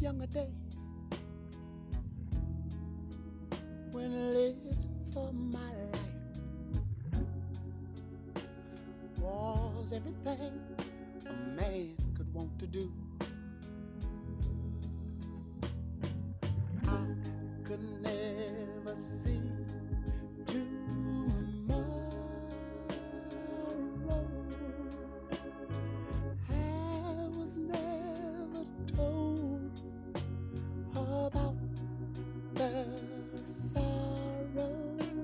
younger days when I lived for my life was everything a man could want to do. I could never see tomorrow. I was never told about the sorrow.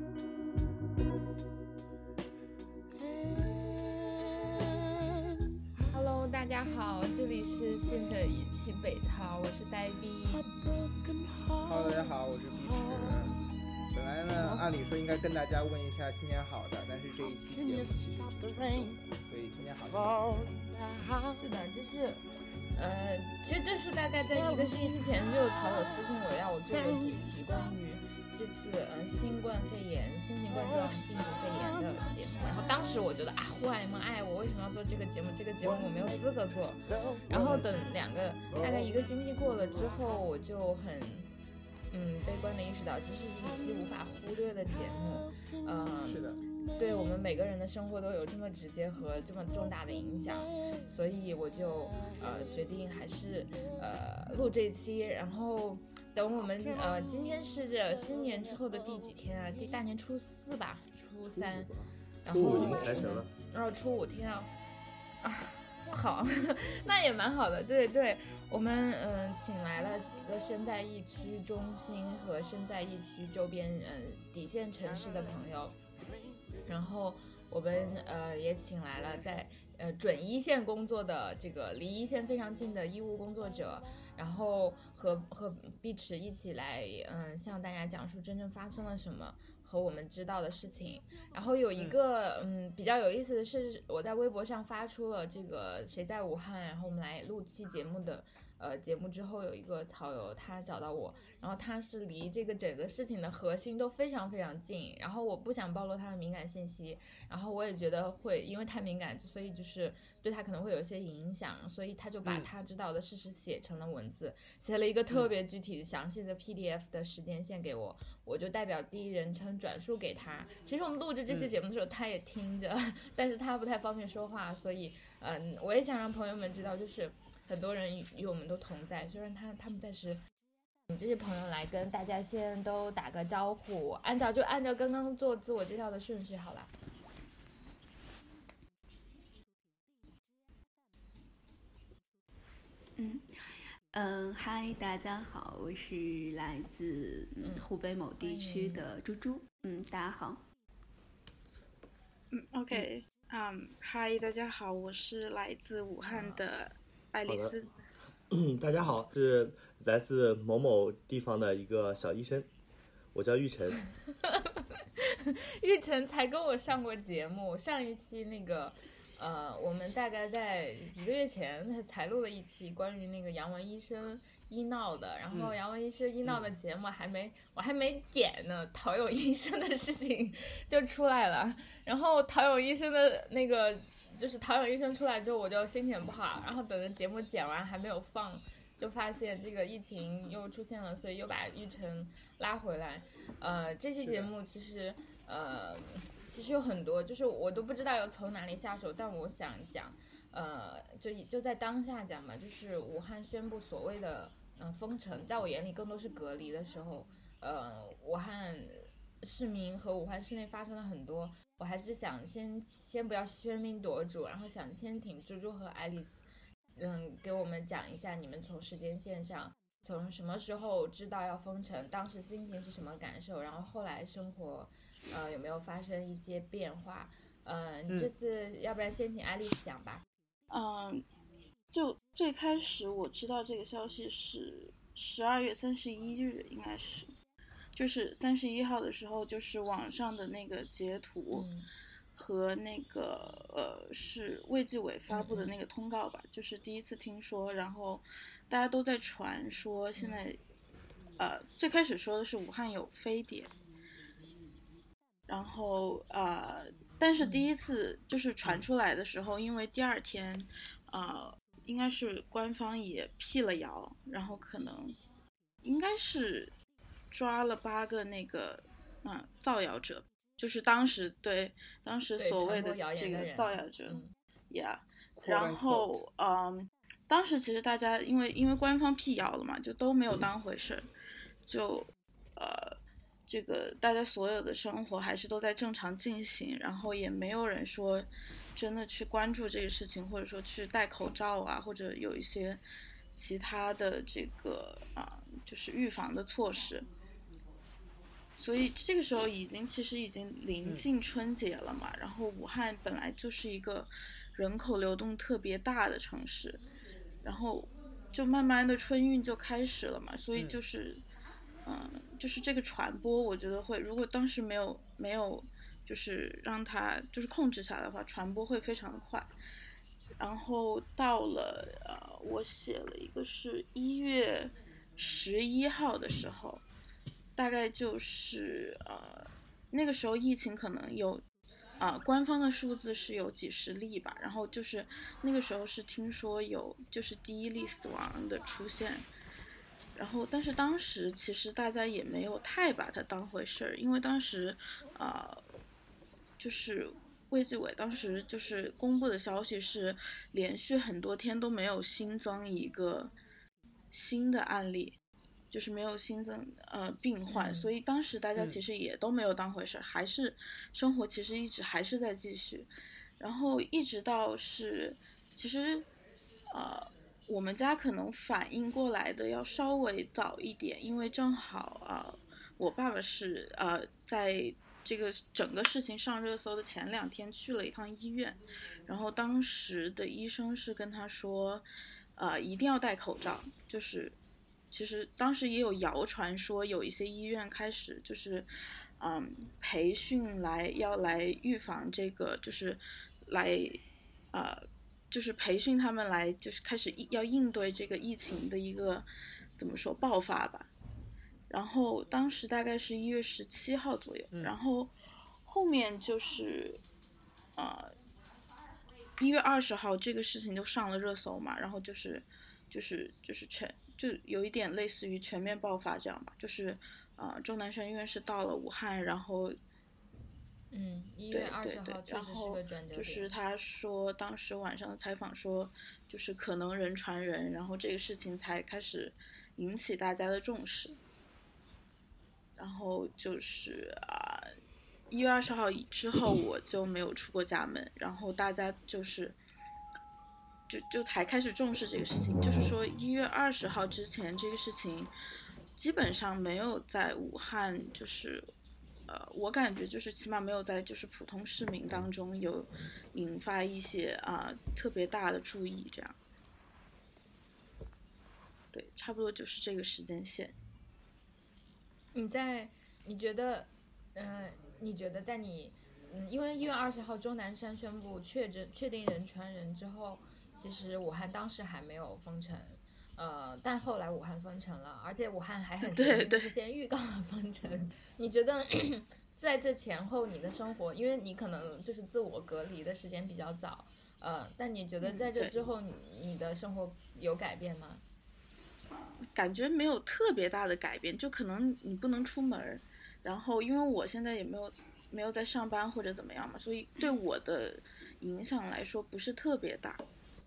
Hello， 大家好，这里是新的一期北淘，我是呆逼。 Hello， 大家好，我是碧池。本来呢，按理说应该跟大家问一下新年好的，但是这一期节目是所以新年好。 是的，就是其实这是大概在1个星期前就有草友私信我要我做的主题，关于这次新冠肺炎、新型冠状病毒肺炎的节目。然后当时我觉得啊，户外联盟爱我，为什么要做这个节目？这个节目我没有资格做。然后等大概1个星期过了之后，我就很悲观的意识到，这是一期无法忽略的节目。 是的。 对我们每个人的生活都有这么直接和这么重大的影响，所以我就决定还是录这期，然后等我们今天是这新年之后的第几天啊？大年初4吧，初3，然后初5已经开始了， 然后初5天啊，好，那也蛮好的。对对，我们请来了几个身在疫区中心和身在疫区周边底线城市的朋友。然后我们也请来了在准一线工作的这个离一线非常近的医务工作者，然后和碧池一起来向大家讲述真正发生了什么和我们知道的事情。然后有一个比较有意思的是，我在微博上发出了这个谁在武汉，然后我们来录期节目的节目之后，有一个草友他找到我，然后他是离这个整个事情的核心都非常非常近，然后我不想暴露他的敏感信息，然后我也觉得会因为太敏感，所以就是对他可能会有一些影响，所以他就把他知道的事实写成了文字，写了一个特别具体详细的 PDF 的时间线给我，我就代表第一人称转述给他。其实我们录制这期节目的时候他也听着，但是他不太方便说话，所以我也想让朋友们知道，就是很多人与我们都同在，虽然他们在时，你这些朋友来跟大家先都打个招呼，按照刚刚做自我介绍的顺序好了。 嗨，大家好，我是来自湖北某地区的猪猪，大家好。 OK，嗨，大家好，我是来自武汉的爱丽丝。 大家好，是来自某某地方的一个小医生，我叫玉成。 玉成才跟我上过节目，上一期那个我们大概在1个月前才录了一期关于那个杨文医生医闹的，然后杨文医生医闹的节目我还没剪呢，陶勇医生的事情就出来了，然后陶勇医生的那个就是陶勇医生出来之后，我就心情不好，然后等着节目剪完还没有放，就发现这个疫情又出现了，所以又把玉成拉回来。这期节目其实有很多，就是我都不知道要从哪里下手，但我想讲，就在当下讲吧，就是武汉宣布所谓的封城，在我眼里更多是隔离的时候，武汉市民和武汉市内发生了很多，我还是想先不要喧宾夺主，然后想先请猪猪和爱丽丝，给我们讲一下你们从时间线上从什么时候知道要封城，当时心情是什么感受，然后后来生活有没有发生一些变化。你这次要不然先请爱丽丝讲吧。 就最开始我知道这个消息是12月31日，应该是就是31号的时候，就是网上的那个截图和那个是卫计委发布的那个通告吧，就是第一次听说，然后大家都在传说现在最开始说的是武汉有非典，然后但是第一次就是传出来的时候，因为第二天应该是官方也辟了谣，然后可能应该是抓了8个那个造谣者，就是当时所谓的这个造谣者，yeah， 然后当时其实大家因为官方辟谣了嘛，就都没有当回事，就这个大家所有的生活还是都在正常进行，然后也没有人说真的去关注这个事情，或者说去戴口罩啊，或者有一些其他的这个就是预防的措施。所以这个时候其实已经临近春节了嘛，然后武汉本来就是一个人口流动特别大的城市，然后就慢慢的春运就开始了嘛，所以就是就是这个传播，我觉得会，如果当时没有就是让它就是控制下来的话，传播会非常的快。然后到了我写了一个是1月11号的时候，大概就是那个时候疫情可能有官方的数字是有几十例吧，然后就是那个时候是听说有就是第1例死亡的出现，然后但是当时其实大家也没有太把它当回事儿，因为当时就是卫计委当时就是公布的消息是连续很多天都没有新增一个新的案例，就是没有新增病患，所以当时大家其实也都没有当回事，还是生活其实一直还是在继续，然后一直到是其实我们家可能反应过来的要稍微早一点，因为正好我爸爸是在这个整个事情上热搜的前2天去了一趟医院，然后当时的医生是跟他说一定要戴口罩，就是其实当时也有谣传说有一些医院开始就是培训要来预防这个，就是来就是培训他们来就是开始要应对这个疫情的一个怎么说爆发吧。然后当时大概是1月17号左右，然后后面就是1月20号这个事情就上了热搜嘛，然后就有一点类似于全面爆发这样吧，就是钟南山院士到了武汉，然后 1月20号确实是个转折点， 就是他说当时晚上的采访说就是可能人传人，然后这个事情才开始引起大家的重视。然后就是1月20号之后我就没有出过家门，然后大家就是就才开始重视这个事情，就是说1月20号之前这个事情基本上没有在武汉就是我感觉就是起码没有在就是普通市民当中有引发一些特别大的注意这样。对，差不多就是这个时间线。 你觉得在你因为1月20号钟南山宣布确定人传人之后，其实武汉当时还没有封城，但后来武汉封城了，而且武汉还很神奇，先预告了封城。你觉得在这前后你的生活，因为你可能就是自我隔离的时间比较早，但你觉得在这之后你的生活有改变吗？ 感觉没有特别大的改变，就可能你不能出门，然后因为我现在也没有在上班或者怎么样嘛，所以对我的影响来说不是特别大。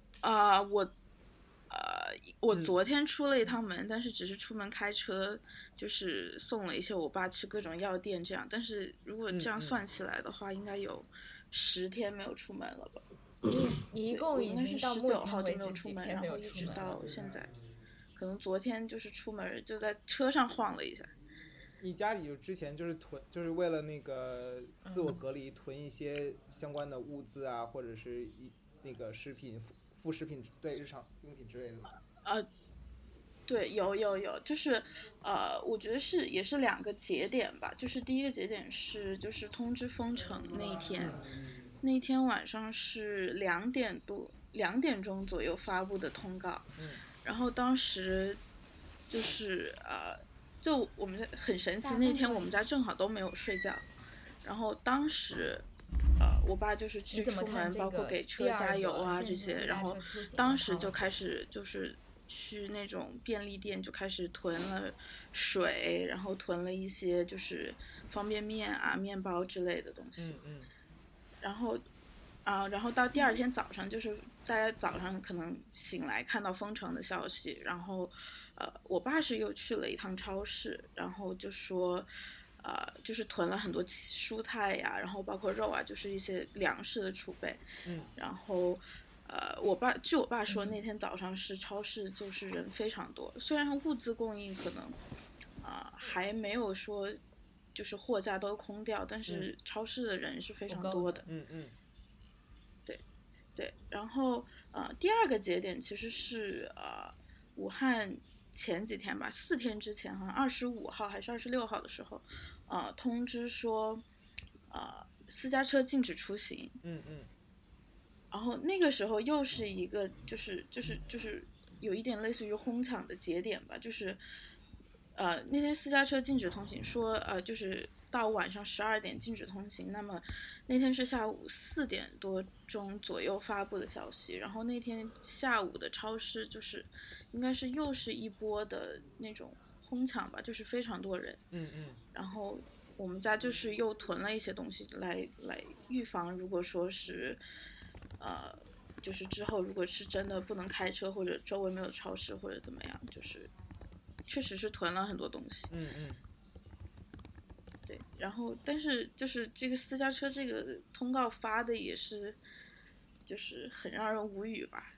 我昨天出了一趟门，但是只是出门开车，就是送了一些我爸去各种药店这样，但是如果这样算起来的话，应该有10天没有出门了吧。 你一共已经到目前为止几天没有出门了？ 然后一直到现在。可能昨天就是出门就在车上晃了一下。 你家里就之前就是为了那个自我隔离囤一些相关的物资啊，或者是那个食品、副食品，对，日常用品之类的。 对，有，就是我觉得也是2个节点吧。就是第一个节点是就是通知封城那一天，那天晚上是2点钟左右发布的通告。然后当时就是就我们很神奇，那天我们家正好都没有睡觉，然后当时我爸就是去出门，包括给车加油啊这些，然后当时就开始就是去那种便利店就开始囤了水，然后囤了一些就是方便面啊、面包之类的东西。然后到第二天早上，就是大家早上可能醒来看到封城的消息，然后我爸是又去了一趟超市，然后就说就是囤了很多蔬菜呀，然后包括肉啊，就是一些粮食的储备。然后据我爸说，那天早上是超市就是人非常多，虽然物资供应可能还没有说就是货架都空掉，但是超市的人是非常多的。对，然后第二个节点其实是武汉前几天吧，4天之前，好像25号还是26号的时候，通知说私家车禁止出行。然后那个时候又是一个就是有一点类似于哄抢的节点吧，就是那天私家车禁止通行，说就是到晚上12点禁止通行。那么那天是下午4点多钟左右发布的消息，然后那天下午的超市就是应该是又是一波的那种哄抢吧，就是非常多人。然后我们家就是又囤了一些东西来预防，如果说是就是之后如果是真的不能开车，或者周围没有超市或者怎么样，就是确实是囤了很多东西。对，然后但是就是这个私家车这个通告发的也是就是很让人无语吧。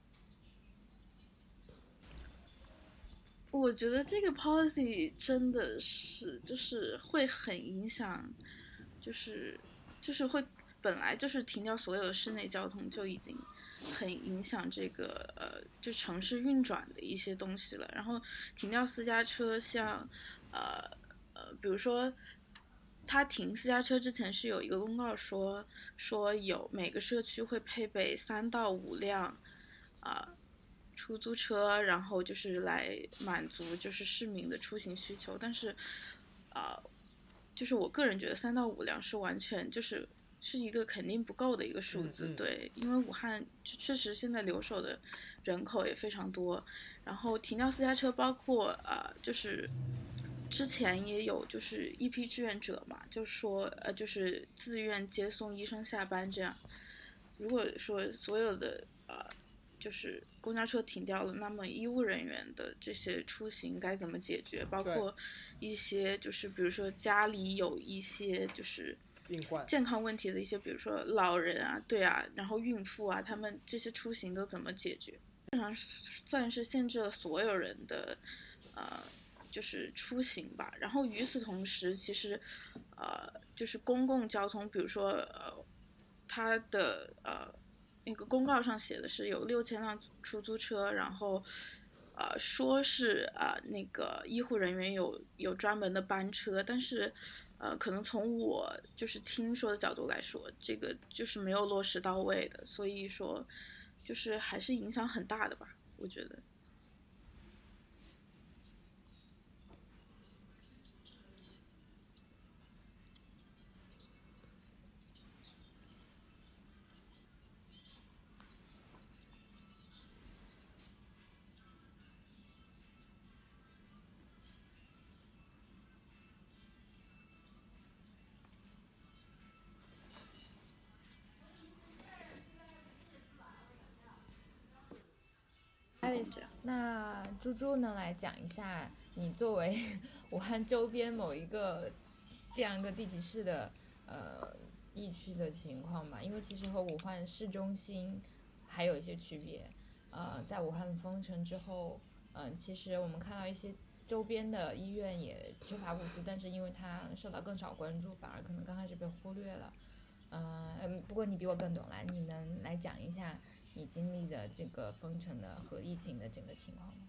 我觉得这个 policy 真的是就是会很影响，就是会本来就是停掉所有的室内交通就已经很影响这个就城市运转的一些东西了，然后停掉私家车，像比如说他停私家车之前是有一个公告说有每个社区会配备3到5辆出租车，然后就是来满足就是市民的出行需求，但是就是我个人觉得3到5辆是完全是一个肯定不够的一个数字。对，因为武汉确实现在留守的人口也非常多，然后停掉私家车包括就是之前也有就是一批志愿者嘛，就说就是自愿接送医生下班这样。如果说所有的就是公交车停掉了，那么医务人员的这些出行该怎么解决？包括一些就是比如说家里有一些就是健康问题的一些，比如说老人啊，对啊，然后孕妇啊，他们这些出行都怎么解决？基本上算是限制了所有人的就是出行吧。然后与此同时，其实就是公共交通，比如说它的那个公告上写的是有6000辆出租车，然后说是那个医护人员有专门的班车，但是可能从我就是听说的角度来说，这个就是没有落实到位的，所以说就是还是影响很大的吧，我觉得。 那猪猪能来讲一下你作为武汉周边某一个这样一个地级市的疫区的情况吗？因为其实和武汉市中心还有一些区别。在武汉封城之后，其实我们看到一些周边的医院也缺乏物资，但是因为它受到更少关注，反而可能刚开始被忽略了。不过你比我更懂，来，你能来讲一下你经历的这个封城的和疫情的整个情况吗？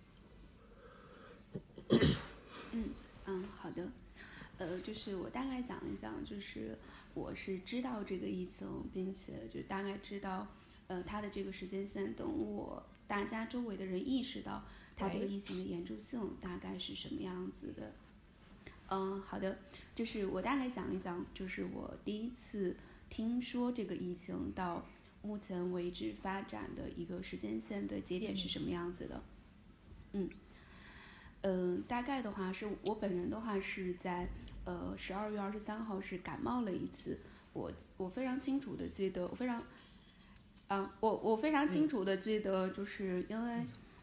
好的。就是我大概讲一讲，就是我是知道这个疫情，并且就大概知道它的这个时间线，等大家周围的人意识到它这个疫情的严重性大概是什么样子的。好的，就是我大概讲一讲，就是我第一次听说这个疫情到目前为止发展的一个时间线的节点是什么样子的。大概的话是我本人的话是在12月23号是感冒了一次，我非常清楚的记得，我非常清楚的记得，就是因为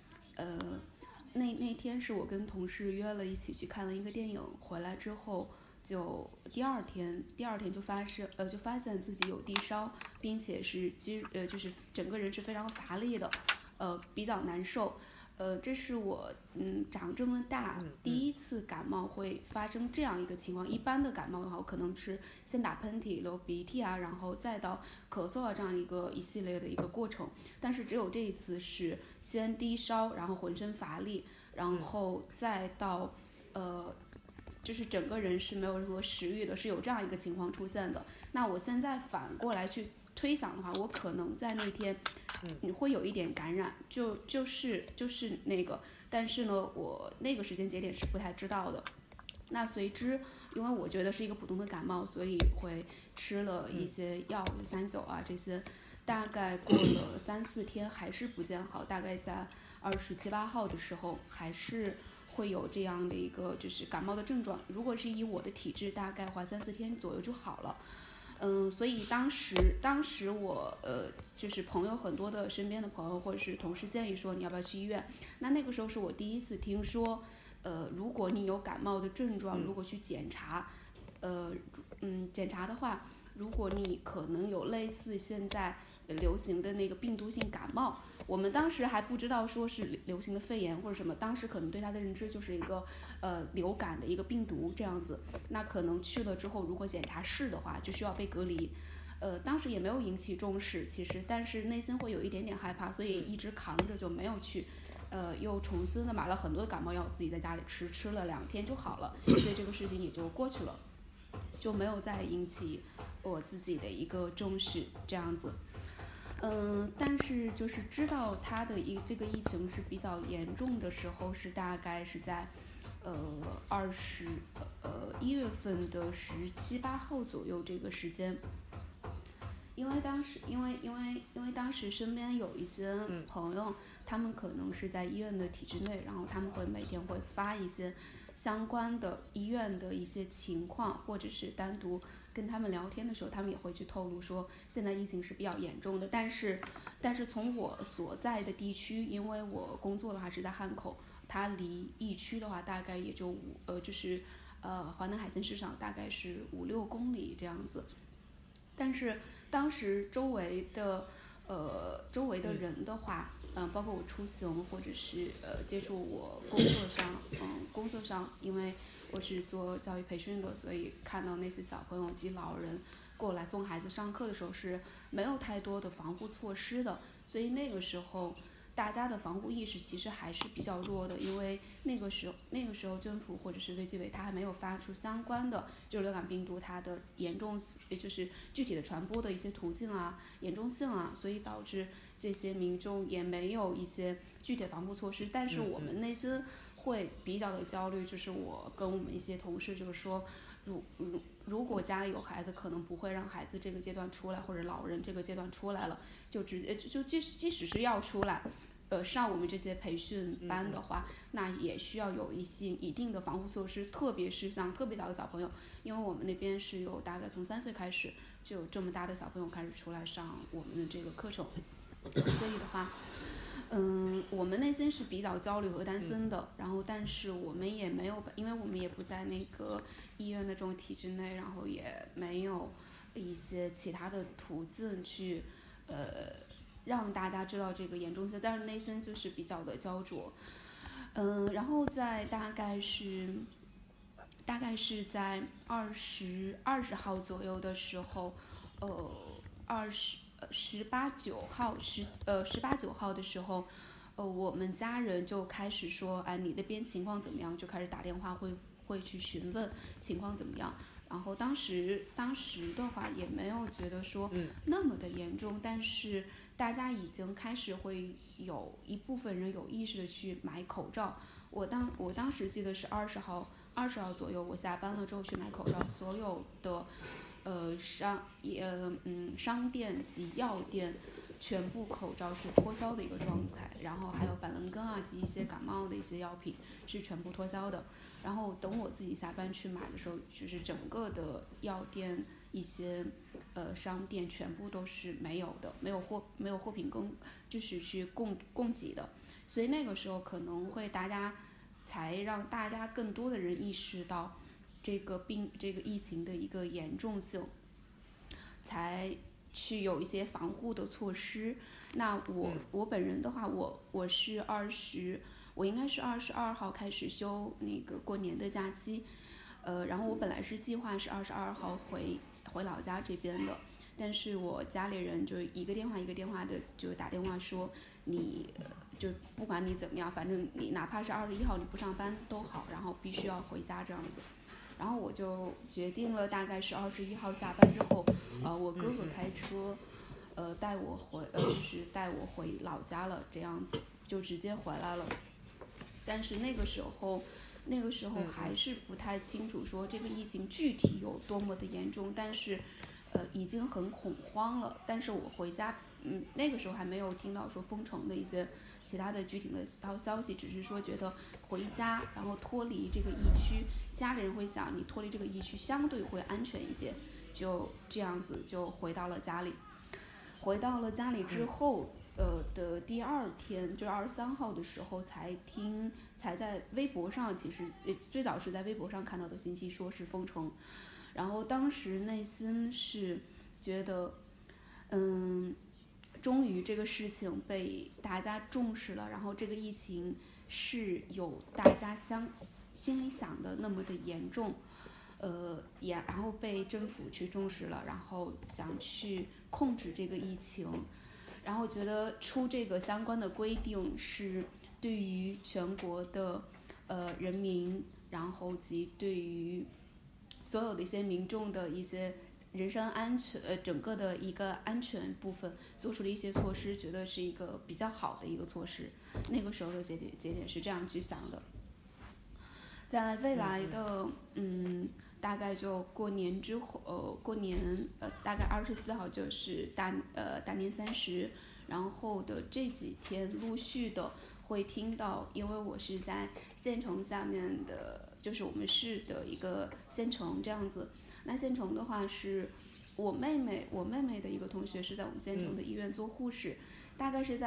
那天是我跟同事约了一起去看了一个电影，回来之后就第二天就发现自己有低烧，并且是就是整个人是非常乏力的，比较难受。这是我长这么大第一次感冒会发生这样一个情况。一般的感冒的话，我可能是先打喷嚏、流鼻涕啊，然后再到咳嗽啊这样一系列的一个过程。但是只有这一次是先低烧，然后浑身乏力，然后再到就是整个人是没有任何食欲的，是有这样一个情况出现的。那我现在反过来去推想的话，我可能在那天你会有一点感染，就是那个，但是呢，我那个时间节点是不太知道的。那随之，因为我觉得是一个普通的感冒，所以会吃了一些药，39啊这些，大概过了3-4天还是不见好，大概在27、28号的时候还是会有这样的一个就是感冒的症状。如果是以我的体质，大概花3-4天左右就好了。所以当时我就是朋友很多的身边的朋友或者是同事建议说你要不要去医院。那个时候是我第一次听说，如果你有感冒的症状，如果去检查，检查的话，如果你可能有类似现在流行的那个病毒性感冒，我们当时还不知道说是流行的肺炎或者什么，当时可能对它的认知就是一个流感的一个病毒这样子。那可能去了之后，如果检查是的话，就需要被隔离。当时也没有引起重视，其实，但是内心会有一点点害怕，所以一直扛着就没有去。又重新的买了很多的感冒药，自己在家里吃了2天就好了，所以这个事情也就过去了，就没有再引起我自己的一个重视这样子。但是就是知道它的这个疫情是比较严重的时候，是大概是在1月份的17、18号左右这个时间。因为当时身边有一些朋友，他们可能是在医院的体制内，然后他们会每天会发一些相关的医院的一些情况，或者是单独跟他们聊天的时候，他们也会去透露说现在疫情是比较严重的。但是从我所在的地区，因为我工作的话是在汉口，它离疫区的话大概也就华南海鲜市场大概是5-6公里这样子。但是当时周围的人的话，包括我出行或者是接触我工作上，因为我是做教育培训的，所以看到那些小朋友及老人过来送孩子上课的时候是没有太多的防护措施的，所以那个时候大家的防护意识其实还是比较弱的，因为那个时候政府或者是卫计委它还没有发出相关的就是流感病毒它的严重，也就是具体的传播的一些途径啊、严重性啊，所以导致这些民众也没有一些具体的防护措施。但是我们内心会比较的焦虑，就是我跟我们一些同事就是说，如果家里有孩子，可能不会让孩子这个阶段出来，或者老人这个阶段出来了，就直接即使是要出来，上我们这些培训班的话，那也需要有一定的防护措施，特别是像特别小的小朋友，因为我们那边是有大概从3岁开始就有这么大的小朋友开始出来上我们的这个课程，所以的话。我们内心是比较焦虑和担心的，然后但是我们也没有，因为我们也不在那个医院的这种体制内，然后也没有一些其他的途径去让大家知道这个严重性，但是内心就是比较的焦灼。然后在大概是在20号左右的时候18、19号的时候，我们家人就开始说，你那边情况怎么样？就开始打电话会去询问情况怎么样。然后当时的话也没有觉得说那么的严重，但是大家已经开始会有一部分人有意识的去买口罩。我当时记得是20号左右，我下班了之后去买口罩，所有的商店及药店全部口罩是脱销的一个状态，然后还有板蓝根啊及一些感冒的一些药品是全部脱销的。然后等我自己下班去买的时候，就是整个的药店一些商店全部都是没有的，没有货品就是去供给的。所以那个时候可能会才让大家更多的人意识到这个疫情的一个严重性，才去有一些防护的措施。那我本人的话，我应该是22号开始休那个过年的假期，然后我本来是计划是22号回老家这边的，但是我家里人就一个电话的就打电话说，你就不管你怎么样，反正你哪怕是21号你不上班都好，然后必须要回家这样子。然后我就决定了，大概是21号下班之后，我哥哥开车，带我回老家了，这样子就直接回来了。但是那个时候还是不太清楚说这个疫情具体有多么的严重，但是已经很恐慌了。但是我回家，那个时候还没有听到说封城的一些其他的具体的消息，只是说觉得回家，然后脱离这个疫区，家里人会想你脱离这个疫区相对会安全一些，就这样子就回到了家里。回到了家里之后，的第二天，就是23号的时候才在微博上，其实最早是在微博上看到的信息，说是封城。然后当时内心是觉得，终于这个事情被大家重视了，然后这个疫情是有大家心里想的那么的严重，然后被政府去重视了，然后想去控制这个疫情，然后觉得出这个相关的规定是对于全国的人民，然后及对于所有的一些民众的一些人身安全，整个的一个安全部分做出了一些措施，觉得是一个比较好的一个措施。那个时候的节点是这样去想的。在未来的大概就过年之后，大概24号就是大年30，然后的这几天陆续的会听到，因为我是在县城下面的，就是我们市的一个县城这样子。那县城的话是我妹妹的一个同学是在我们县城的医院做护士，大概是在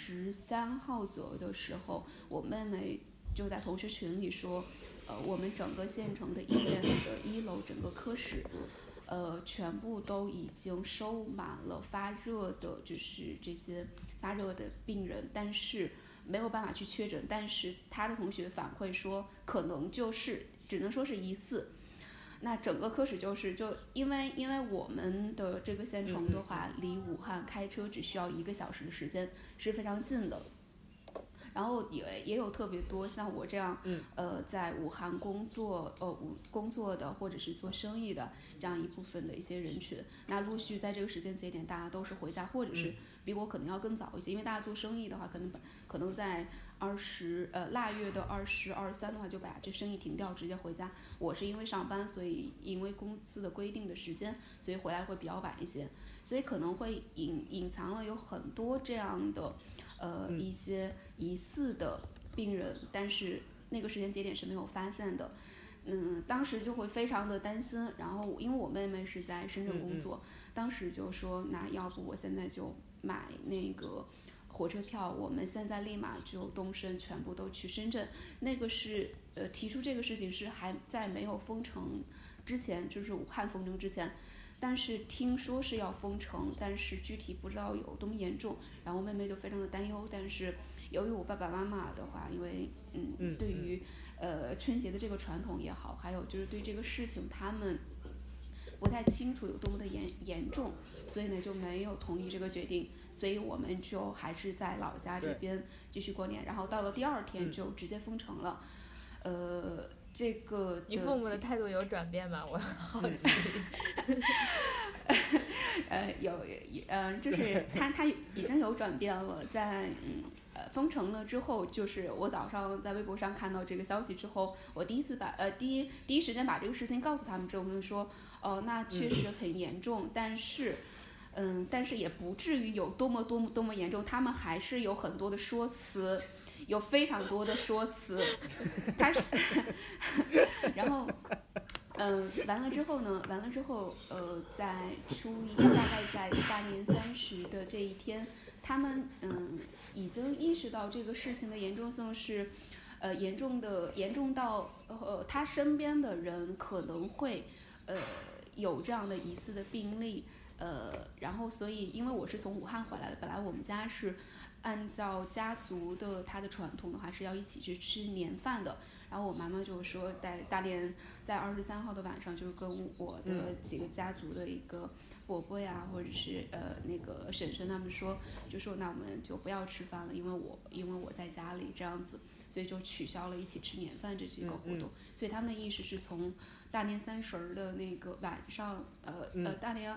23号左右的时候，我妹妹就在同事群里说，我们整个县城的医院的1楼整个科室，全部都已经收满了发热的，就是这些发热的病人，但是没有办法去确诊，但是他的同学反馈说，可能只能说是疑似。那整个科室就因为我们的这个县城的话，离武汉开车只需要1个小时的时间，是非常近的。然后也有特别多像我这样，在武汉工作的或者是做生意的这样一部分的一些人群。那陆续在这个时间节点，大家都是回家，或者是比我可能要更早一些，因为大家做生意的话，可能在腊月的20、23的话就把这生意停掉，直接回家。我是因为上班，所以因为公司的规定的时间，所以回来会比较晚一些，所以可能会隐藏了有很多这样的一些疑似的病人，但是那个时间节点是没有发现的。当时就会非常的担心，然后因为我妹妹是在深圳工作，当时就说那要不我现在就买那个火车票，我们现在立马就动身，全部都去深圳。那个是提出这个事情是还在没有封城之前，就是武汉封城之前，但是听说是要封城，但是具体不知道有多么严重，然后妹妹就非常的担忧。但是由于我爸爸妈妈的话，因为对于春节的这个传统也好，还有就是对这个事情他们不太清楚有多么的严重，所以呢就没有同意这个决定，所以我们就还是在老家这边继续过年，然后到了第2天就直接封城了。这个你父母的态度有转变吗？我好奇。 就是他已经有转变了， 封城了之后，就是我早上在微博上看到这个消息之后，我第一时间把这个事情告诉他们之后，他们说，那确实很严重，但是也不至于有多么严重，他们还是有很多的说辞，有非常多的说辞，他是，然后。完了之后，在初一，大概在大年30的这一天，他们已经意识到这个事情的严重性是，严重到他身边的人可能会有这样的疑似的病例，然后所以因为我是从武汉回来的，本来我们家是按照家族的他的传统的话是要一起去吃年饭的。然后我妈妈就说，在大年在23号的晚上，就是跟我的几个家族的一个伯伯呀，或者是那个婶婶他们说，就说那我们就不要吃饭了，因为我在家里这样子，所以就取消了一起吃年饭这几个活动。所以他们的意识是从大年30的那个晚上，大年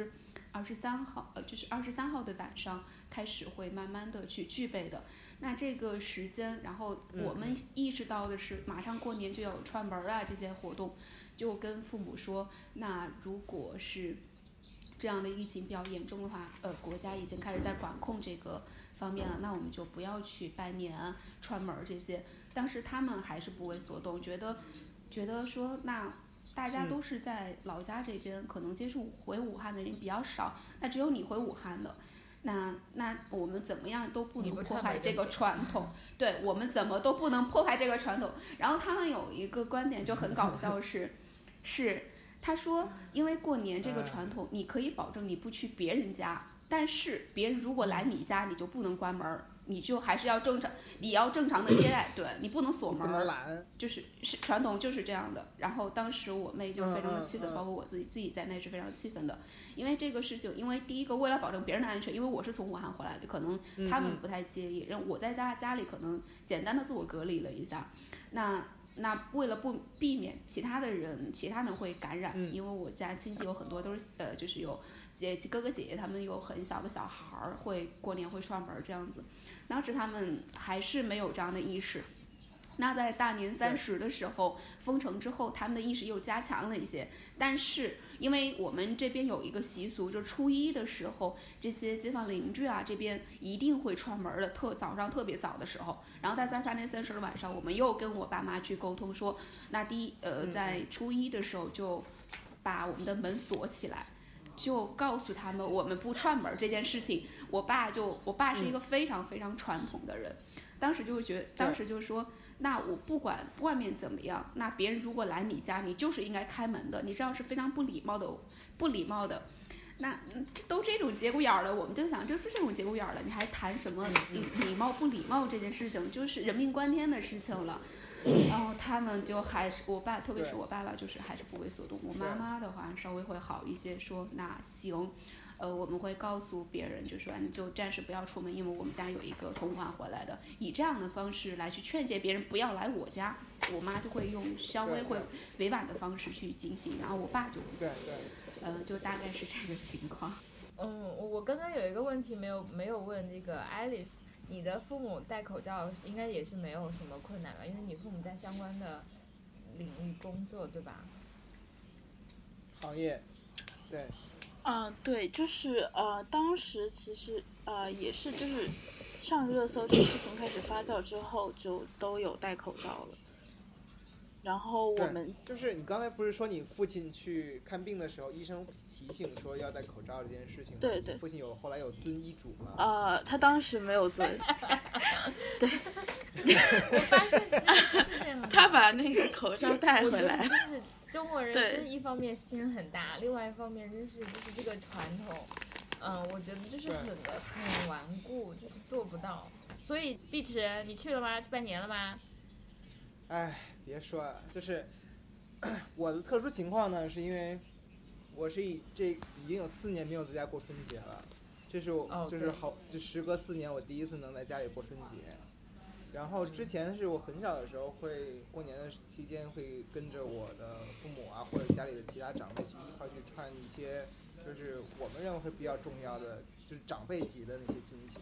23号，就是23号的晚上开始会慢慢的去具备的。那这个时间，然后我们意识到的是，马上过年就要有串门啊这些活动，就跟父母说，那如果是这样的疫情比较严重的话，国家已经开始在管控这个方面了，那我们就不要去拜年啊、串门这些。当时他们还是不为所动，觉得说那。大家都是在老家这边，可能接触回武汉的人比较少，那只有你回武汉的，那我们怎么样都不能破坏这个传统，对，我们怎么都不能破坏这个传统。然后他们有一个观点就很搞笑是他说，因为过年这个传统，你可以保证你不去别人家，但是别人如果来你家，你就不能关门。你就还是要正常，你要正常的接待，对你不能锁门，就是传统就是这样的。然后当时我妹就非常的气愤，包括我自己在内是非常气愤的，因为这个事情，因为第一个为了保证别人的安全，因为我是从武汉回来的，可能他们不太介意，让我在家里可能简单的自我隔离了一下，那为了不避免其他人会感染，因为我家亲戚有很多都是就是有哥哥姐姐他们有很小的小孩儿，会过年会串门这样子。当时他们还是没有这样的意识，那在大年30的时候封城之后，他们的意识又加强了一些。但是因为我们这边有一个习俗，就初一的时候，这些街坊邻居啊这边一定会串门的，早上特别早的时候。然后在大年30的晚上，我们又跟我爸妈去沟通说，那在初一的时候就把我们的门锁起来。就告诉他们我们不串门这件事情，我爸是一个非常非常传统的人，当时就说，那我不管外面怎么样，那别人如果来你家，你就是应该开门的，你这样是非常不礼貌的。那都这种节骨眼了，我们就想，这种节骨眼了，你还谈什么礼貌不礼貌这件事情，就是人命关天的事情了。然后他们就还是特别是我爸爸，就是还是不为所动。我妈妈的话稍微会好一些，说那行，我们会告诉别人，就说你就暂时不要出门，因为我们家有一个从武汉回来的，以这样的方式来去劝诫别人不要来我家。我妈就会用稍微会委婉的方式去进行，然后我爸就不行。就大概是这个情况。 我刚刚有一个问题没有问这个 Alice。你的父母戴口罩应该也是没有什么困难吧？因为你父母在相关的领域工作，对吧？ 行业，对。 对，就是当时其实也是就是上热搜这个事情开始发酵之后，就都有戴口罩了。然后我们就是你刚才不是说你父亲去看病的时候，医生提醒说要戴口罩这件事情吗？ 对， 你父亲后来有遵医嘱吗？ 他当时没有遵。对。 我发现其实是这样的。 他把那个口罩带回来。 就是中国人，真是一方面心很大，另外一方面真是就是这个传统，我觉得就是很顽固，就是做不到。所以碧池，你去了吗？去拜年了吗？ 哎，别说了，就是我的特殊情况呢，是因为我是已经有4年没有在家过春节了，这是就时隔4年我第一次能在家里过春节。然后之前是我很小的时候会过年的期间会跟着我的父母啊或者家里的其他长辈去一块去串一些就是我们认为会比较重要的就是长辈级的那些亲戚。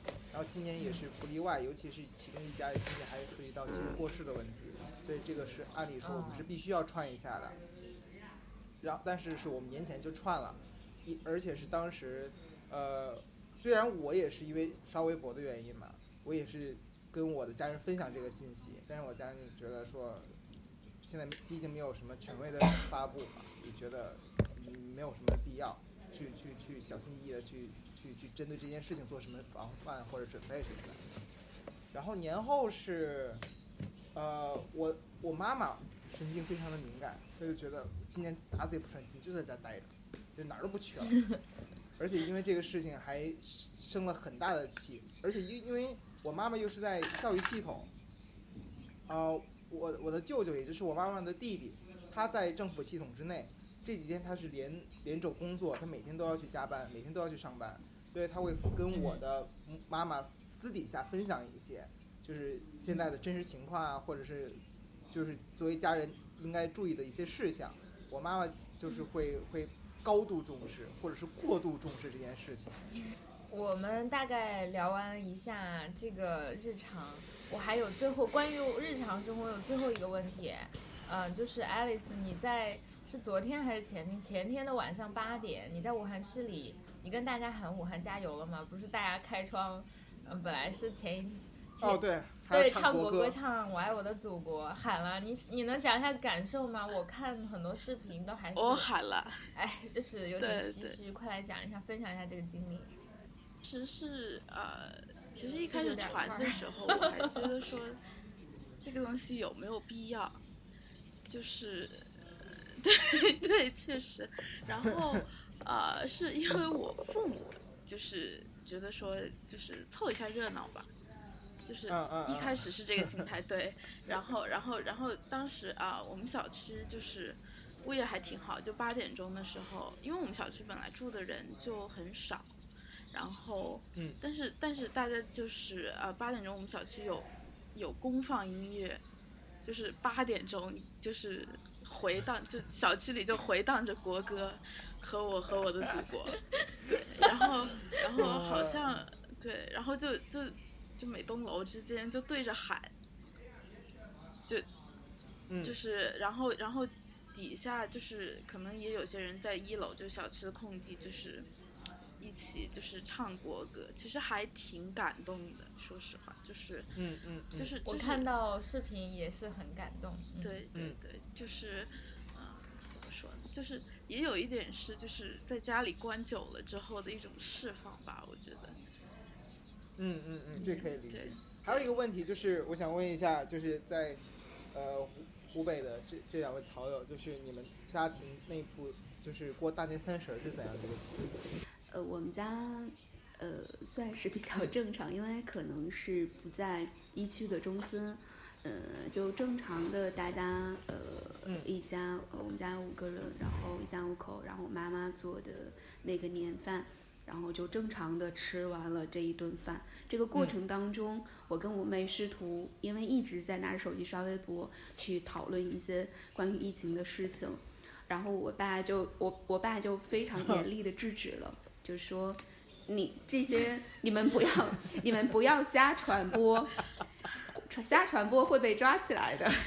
然后今年也是不例外，尤其是其中一家亲戚还涉及到亲人过世的问题，所以这个是按理说我们是必须要串一下的。但是我们年前就串了，而且是当时，虽然我也是因为刷微博的原因嘛，我也是跟我的家人分享这个信息，但是我家人觉得说，现在毕竟没有什么权威的发布嘛，也觉得没有什么必要去小心翼翼的去针对这件事情做什么防范或者准备什么的。然后年后是，我妈妈神经非常的敏感，她就觉得今年打死也不穿亲，就在家待着，就哪儿都不去了。而且因为这个事情还生了很大的气，而且因为我妈妈又是在教育系统，我的舅舅也就是我妈妈的弟弟，他在政府系统之内，这几天他是连轴工作，他每天都要去加班，每天都要去上班，所以他会跟我的妈妈私底下分享一些，就是现在的真实情况啊，或者是就是作为家人应该注意的一些事项，我妈妈就是会高度重视或者是过度重视这件事情。 我们大概聊完一下这个日常，我还有最后关于日常生活有最后一个问题，就是 Alice， 你是昨天还是前天的晚上8点，你在武汉市里，你跟大家喊武汉加油了吗？不是大家开窗，本来是对，唱国歌，唱我爱我的祖国，喊了。你能讲一下感受吗？我看很多视频都还是我喊了， 哎，就是有点唏嘘，快来讲一下，分享一下这个经历。 其实一开始传的时候，我还觉得说这个东西有没有必要，就是对，确实。然后是因为我父母就是觉得说就是凑一下热闹吧。就是一开始是这个心态，对，然后当时我们小区就是物业还挺好，就8点钟的时候，因为我们小区本来住的人就很少，然后但是大家就是8点钟我们小区有公放音乐，就是8点钟就是回荡，就小区里就回荡着国歌和我的祖国，对，然后好像对，然后就每栋楼之间就对着喊，就是然后底下就是可能也有些人在1楼，就是小区的空地，就是一起就是唱国歌，其实还挺感动的，说实话，就是就是我看到视频也是很感动， 对，就是怎么说呢，就是也有一点是就是在家里关久了之后的一种释放吧，我觉得。 这可以理解。还有一个问题就是，我想问一下，就是在湖北的这2位曹友，就是你们家庭内部就是过大年30是怎样的一个情况？ 我们家算是比较正常，因为可能是不在1区的中心，就正常的大家一家我们家5个人，然后一家5口，然后妈妈做的那个年饭。然后就正常的吃完了这一顿饭。这个过程当中，我跟我妹试图，因为一直在拿着手机刷微博，去讨论一些关于疫情的事情。然后我爸就非常严厉的制止了，就说你们不要瞎传播，瞎传播会被抓起来的。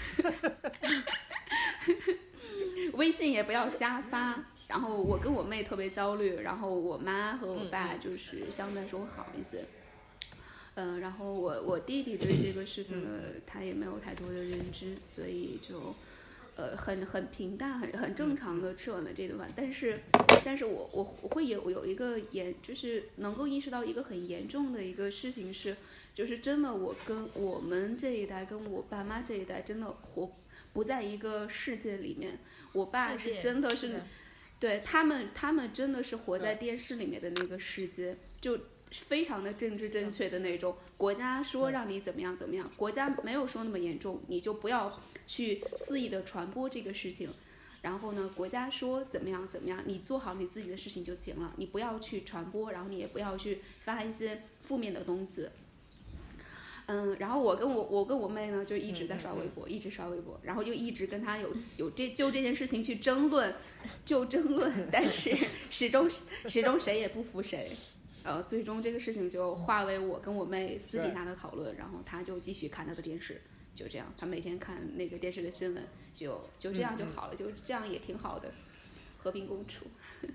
微信也不要瞎发。然后我跟我妹特别焦虑，然后我妈和我爸就是相对来说好一些。然后我弟弟对这个事情呢，他也没有太多的认知，所以就很平淡，很正常的吃完了这顿饭。但是我会有一个就是能够意识到一个很严重的一个事情是，就是真的我跟我们这一代跟我爸妈这一代真的不在一个世界里面。我爸是真的是。对他们真的是活在电视里面的那个世界，就非常的政治正确的那种。国家说让你怎么样怎么样，国家没有说那么严重，你就不要去肆意的传播这个事情。然后呢，国家说怎么样怎么样，你做好你自己的事情就行了，你不要去传播，然后你也不要去发一些负面的东西。然后我跟我妹呢就一直在刷微博，一直刷微博，然后就一直跟她有就这件事情去争论，但是始终谁也不服谁。 最终这个事情就化为我跟我妹私底下的讨论，然后她就继续看她的电视，就这样，她每天看那个电视的新闻，就这样就好了，就这样也挺好的，和平共处。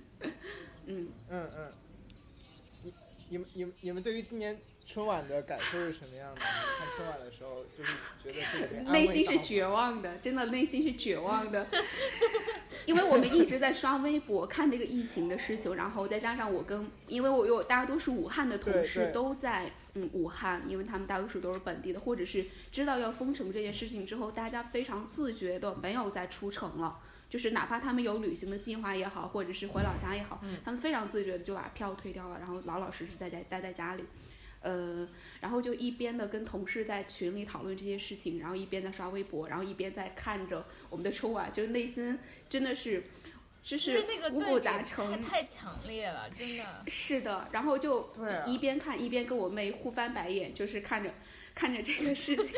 你们对于今年春晚的感受是什么样的？你看春晚的时候，就是觉得是被安慰到内心是绝望的，真的内心是绝望的，因为我们一直在刷微博看这个疫情的事情，然后再加上因为我有大多数武汉的同事都在武汉，因为他们大多数都是本地的，或者是知道要封城这件事情之后，大家非常自觉的没有再出城了。就是哪怕他们有旅行的计划也好，或者是回老家也好，他们非常自觉的就把票退掉了，然后老老实实待在家里。然后就一边的跟同事在群里讨论这些事情，然后一边在刷微博，然后一边在看着我们的春晚，就是内心真的是就是五谷杂陈， 太强烈了，真的是的。然后就一边看一边跟我妹互翻白眼，就是看着这个事情。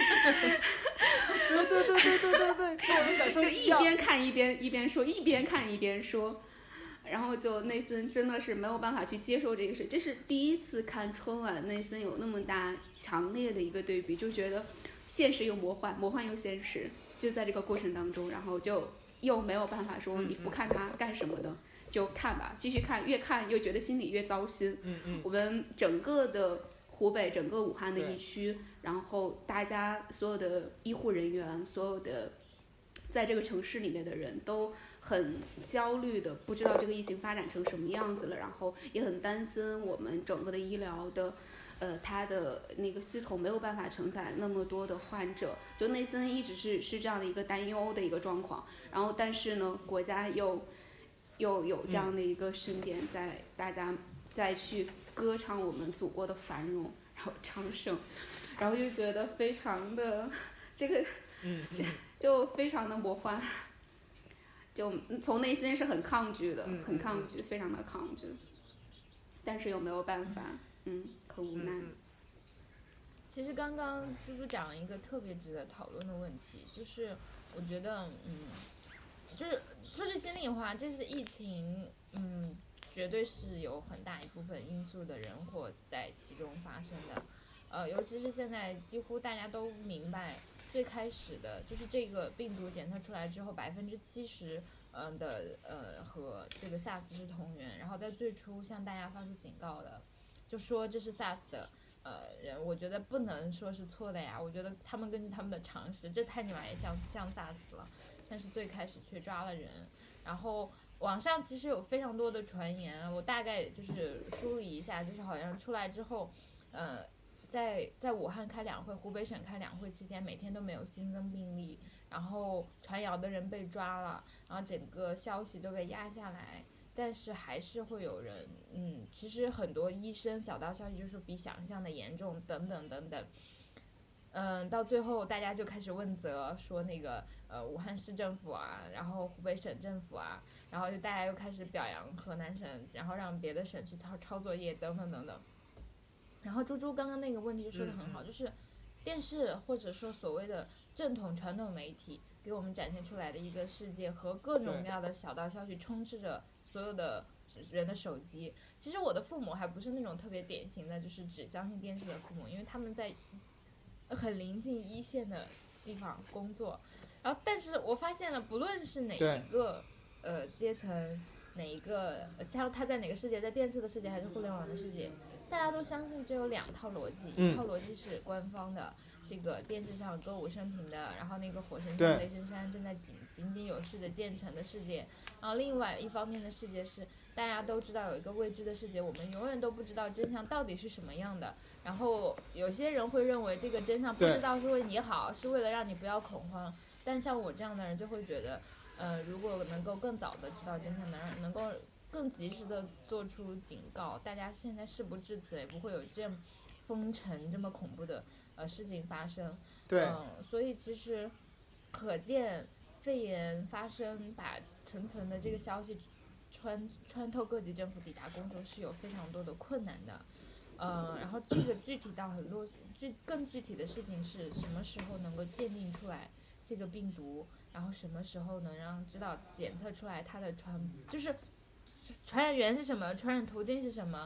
对，跟我的感受就一边看一边说，一边看一边说。然后就内心真的是没有办法去接受这个事，这是第一次看春晚，内心有那么大强烈的一个对比，就觉得现实又魔幻，魔幻又现实，就在这个过程当中，然后就又没有办法说你不看它干什么的，就看吧，继续看，越看又觉得心里越糟心。我们整个的湖北，整个武汉的疫区，然后大家所有的医护人员，所有的在这个城市里面的人都很焦虑的，不知道这个疫情发展成什么样子了，然后也很担心我们整个的医疗的它的那个系统没有办法承载那么多的患者，就内心一直是这样的一个担忧的一个状况。然后但是呢，国家又有这样的一个盛典，在大家再去歌唱我们祖国的繁荣，然后昌盛，然后就觉得非常的这个就非常的魔幻，就从内心是很抗拒的，很抗拒，非常的抗拒，但是又没有办法，很无奈。 其实刚刚猪猪讲了一个特别值得讨论的问题，就是我觉得，就是说句心里话，这是疫情，绝对是有很大一部分因素的人祸在其中发生的，尤其是现在几乎大家都明白。最开始的就是这个病毒检测出来之后，70%和这个 SARS 是同源，然后在最初向大家发出警告的，就说这是 SARS 的人，我觉得不能说是错的呀，我觉得他们根据他们的常识，这太你妈也像 SARS 了，但是最开始却抓了人，然后网上其实有非常多的传言，我大概就是梳理一下，就是好像出来之后，在武汉开两会，湖北省开两会期间，每天都没有新增病例，然后传谣的人被抓了，然后整个消息都被压下来，但是还是会有人，其实很多医生小道消息就是比想象的严重，等等等等，到最后大家就开始问责，说那个武汉市政府啊，然后湖北省政府啊，然后就大家又开始表扬河南省，然后让别的省去抄作业，等等等等。然后猪猪刚刚那个问题就说得很好，就是电视或者说所谓的正统传统媒体给我们展现出来的一个世界和各种各样的小道消息充斥着所有的人的手机。其实我的父母还不是那种特别典型的就是只相信电视的父母，因为他们在很临近一线的地方工作，然后但是我发现了不论是哪一个阶层，哪一个像他在哪个世界，在电视的世界还是互联网的世界，大家都相信只有两套逻辑，一套逻辑是官方的，这个电视上歌舞升平的，然后那个火神山雷神山正在井井有序的建成的世界，然后另外一方面的世界是大家都知道有一个未知的世界，我们永远都不知道真相到底是什么样的，然后有些人会认为这个真相不知道是为你好，是为了让你不要恐慌，但像我这样的人就会觉得如果能够更早的知道真相，能够更及时的做出警告，大家现在事不至此，也不会有这样封城这么恐怖的事情发生。所以其实可见肺炎发生，把层层的这个消息穿透各级政府抵达公众是有非常多的困难的。然后这个具体到更具体的事情是什么时候能够鉴定出来这个病毒，然后什么时候能让知道检测出来它的就是传染源是什么，传染途径是什么，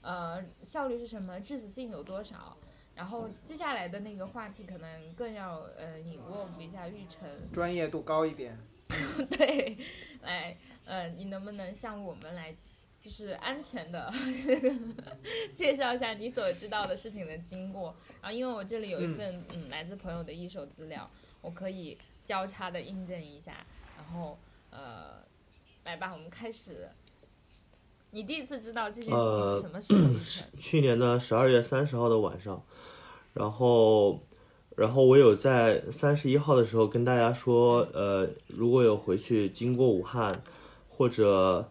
效率是什么，致死性有多少。然后接下来的那个话题可能更要involve一下玉成， 专业度高一点。 对，来你能不能向我们来就是安全的介绍一下你所知道的事情的经过？然后因为我这里有一份来自朋友的一手资料，我可以交叉的印证一下。然后来吧，我们开始。你第一次知道这件事情是什么时候？ 去年的12月30号的晚上，然后我有在31号的时候跟大家说，如果有回去经过武汉，或者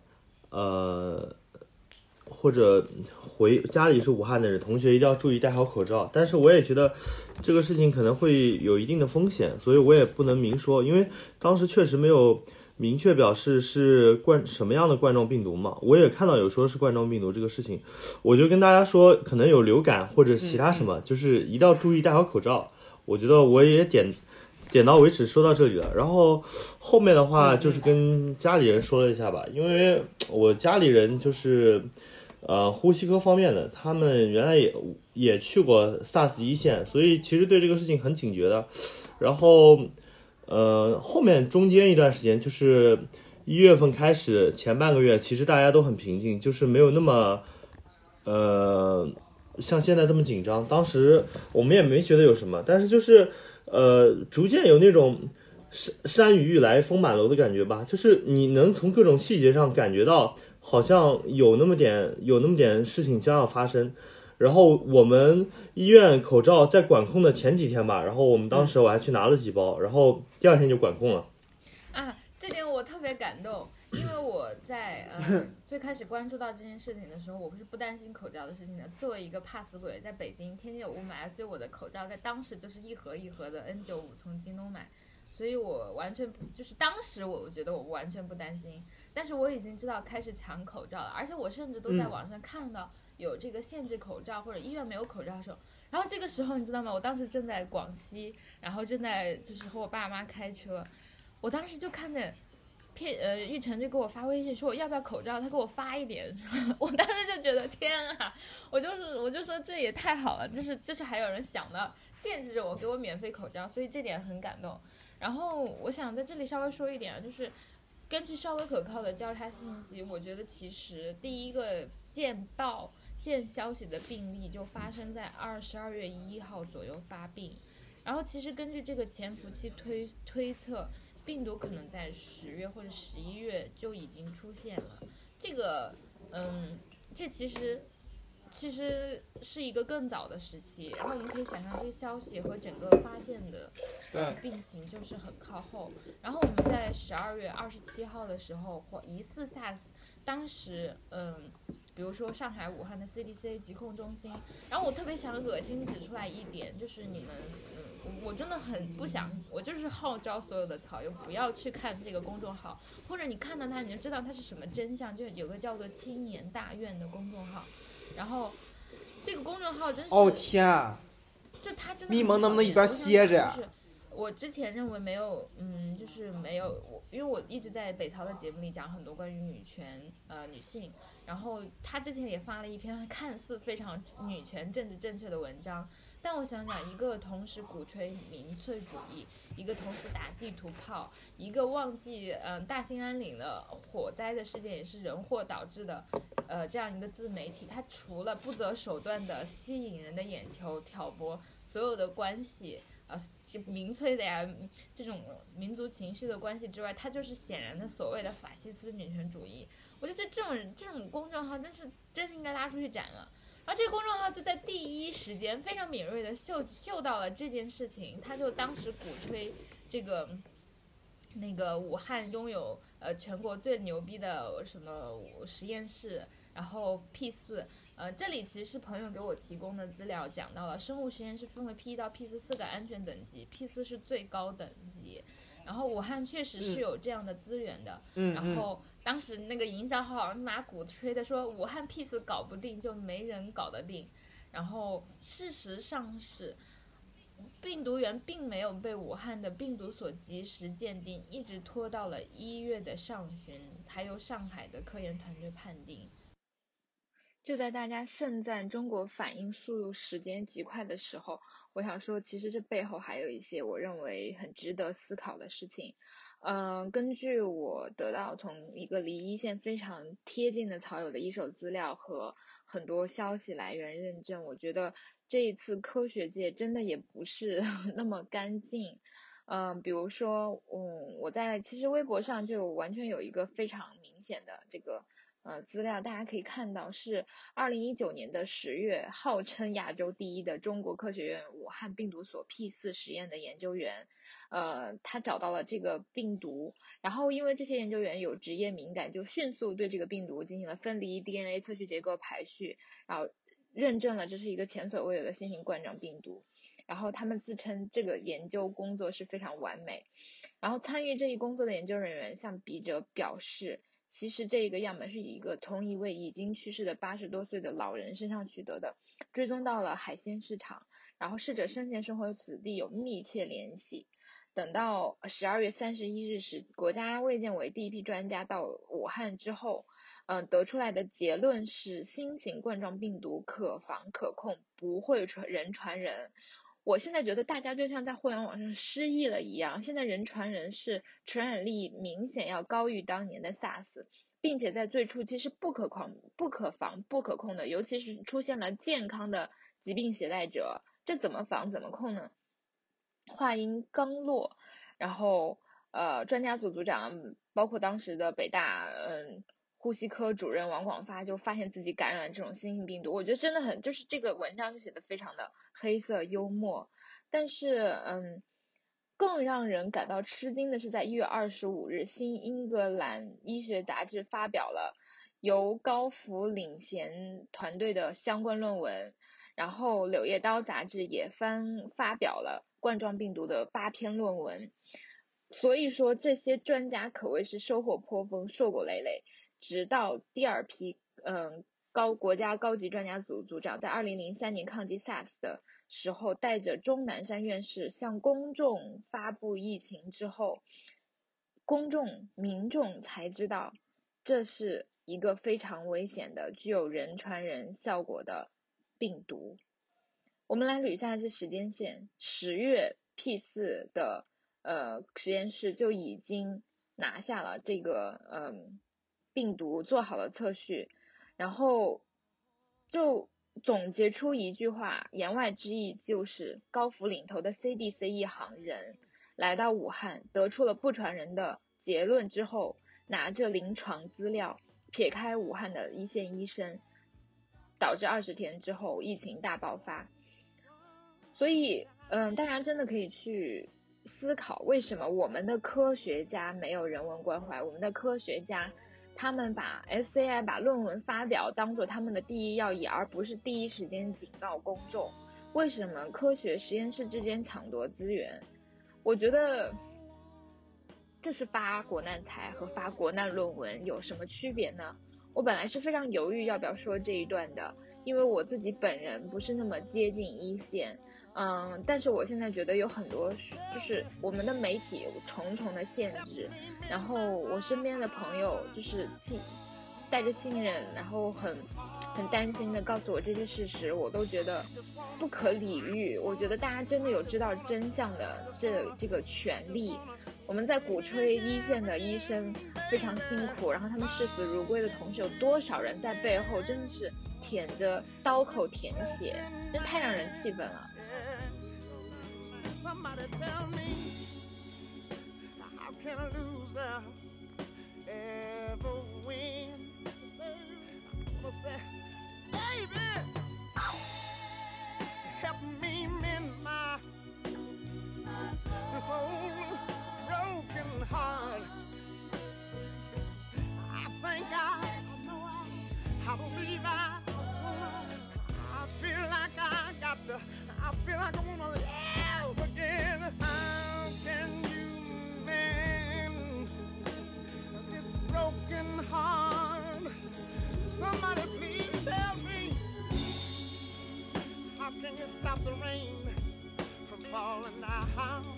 回家里是武汉的人，同学一定要注意戴好口罩。但是我也觉得这个事情可能会有一定的风险，所以我也不能明说，因为当时确实没有明确表示是什么样的冠状病毒嘛。我也看到有说是冠状病毒这个事情，我就跟大家说可能有流感或者其他什么，就是一定要注意戴好口罩。我觉得我也点到为止，说到这里了。然后后面的话就是跟家里人说了一下吧，因为我家里人就是呼吸科方面的，他们原来也去过 SARS 一线，所以其实对这个事情很警觉的。然后后面中间一段时间，就是1月份开始前半个月，其实大家都很平静，就是没有那么像现在这么紧张。当时我们也没觉得有什么，但是就是逐渐有那种山雨欲来风满楼的感觉吧，就是你能从各种细节上感觉到好像有那么点事情将要发生。然后我们医院口罩在管控的前几天吧，然后我们当时我还去拿了几包，然后第2天就管控了。 这点我特别感动，因为我在最开始关注到这件事情的时候，我是不担心口罩的事情的。作为一个怕死鬼，在北京天天有雾霾，所以我的口罩在当时就是一盒一盒的 N95从京东买，所以我完全就是当时我觉得我完全不担心。但是我已经知道开始抢口罩了，而且我甚至都在网上看到有这个限制口罩或者医院没有口罩的时候，然后这个时候你知道吗？我当时正在广西，然后正在就是和我爸妈开车，我当时就看着玉成就给我发微信说我要不要口罩，他给我发一点，我当时就觉得天啊，我就说这也太好了，就是还有人想到惦记着我给我免费口罩，所以这点很感动。然后我想在这里稍微说一点，就是根据稍微可靠的交叉信息，我觉得其实第一个见消息的病例就发生在12月1号左右发病，然后其实根据这个潜伏期推测，病毒可能在10月或者11月就已经出现了。这个这其实是一个更早的时期，然后我们可以想象这个消息和整个发现的病情就是很靠后。然后我们在12月27号的时候疑似 SARS， 当时比如说上海、武汉的 CDC 疾控中心，然后我特别想恶心指出来一点，就是你们我真的很不想，我就是号召所有的草友不要去看这个公众号，或者你看到它你就知道它是什么真相，就有个叫做青年大院的公众号，然后这个公众号真是天啊， 就它真的咪蒙能不能一边歇着呀？ 我之前认为没有，就是没有，因为我一直在北曹的节目里讲很多关于女权女性，然后他之前也发了一篇看似非常女权政治正确的文章，但我想想，一个同时鼓吹民粹主义，一个同时打地图炮，一个忘记大兴安岭的火灾的事件也是人祸导致的，这样一个自媒体，它除了不择手段的吸引人的眼球，挑拨所有的关系，就民粹的呀，这种民族情绪的关系之外，它就是显然的所谓的法西斯女权主义。我觉得这种公众号真是应该拉出去斩了。然后这个公众号就在第一时间非常敏锐的嗅到了这件事情，他就当时鼓吹这个那个武汉拥有全国最牛逼的什么实验室，然后 P4，这里其实是朋友给我提供的资料，讲到了生物实验室分为 P1 到 P4 4个安全等级， P4 是最高等级，然后武汉确实是有这样的资源的，然后当时那个营销号好像拿鼓吹的说武汉 P4 搞不定就没人搞得定，然后事实上是病毒源并没有被武汉的病毒所及时鉴定，一直拖到了1月的上旬才由上海的科研团队判定。 就在大家盛赞中国反应速度时间极快的时候，我想说，其实这背后还有一些我认为很值得思考的事情。根据我得到从一个离一线非常贴近的草友的一手资料和很多消息来源认证，我觉得这一次科学界真的也不是那么干净。比如说，我在其实微博上就完全有一个非常明显的这个资料，大家可以看到是2019年的10月，号称亚洲第一的中国科学院武汉病毒所 P4 实验的研究员，他找到了这个病毒，然后因为这些研究员有职业敏感，就迅速对这个病毒进行了分离、DNA 测序结构排序，然后认证了这是一个前所未有的新型冠状病毒。然后他们自称这个研究工作是非常完美，然后参与这一工作的研究人员向笔者表示，其实这个样本是从一位已经去世的80多岁的老人身上取得的，追踪到了海鲜市场，然后逝者生前生活此地有密切联系。等到12月31日时，国家卫健委第一批专家到武汉之后，得出来的结论是新型冠状病毒可防可控，不会人传人。我现在觉得大家就像在互联网上失忆了一样，现在人传人是传染力明显要高于当年的 SARS， 并且在最初其实不可防、不可控的，尤其是出现了健康的疾病携带者，这怎么防怎么控呢？话音刚落，然后专家组组长包括当时的北大呼吸科主任王广发就发现自己感染了这种新型病毒，我觉得真的很，就是这个文章就写得非常的黑色幽默。但是更让人感到吃惊的是，在1月25日，新英格兰医学杂志发表了由高福领衔团队的相关论文，然后柳叶刀杂志也发表了冠状病毒的8篇论文。所以说这些专家可谓是收获颇丰，硕果累累。直到第二批国家高级专家组组长在2003年抗击 SARS 的时候，带着钟南山院士向公众发布疫情之后，民众才知道这是一个非常危险的具有人传人效果的病毒。我们来捋一下这时间线，10月 P4 的实验室就已经拿下了这个病毒，做好了测序，然后就总结出一句话，言外之意就是高福领头的 CDC 一行人来到武汉，得出了不传人的结论之后，拿着临床资料撇开武汉的一线医生，导致20天之后疫情大爆发。所以大家真的可以去思考，为什么我们的科学家没有人文关怀，我们的科学家他们把 SCI 把论文发表当作他们的第一要义，而不是第一时间警告公众。为什么科学实验室之间抢夺资源？我觉得这是发国难财和发国难论文有什么区别呢？我本来是非常犹豫要不要说这一段的，因为我自己本人不是那么接近一线，但是我现在觉得有很多就是我们的媒体有重重的限制，然后我身边的朋友就是带着信任，然后很担心的告诉我这些事实，我都觉得不可理喻。我觉得大家真的有知道真相的这个权利。我们在鼓吹一线的医生非常辛苦，然后他们视死如归的同时，有多少人在背后真的是舔着刀口舔血，真太让人气愤了。 Somebody tell me, how can a loser ever win? I'm gonna say, baby, help me mend this old broken heart. I think I believe I feel like I feel like I wanna live again. How can you mend this broken heart? Somebody please tell me. How can you stop the rain from falling down?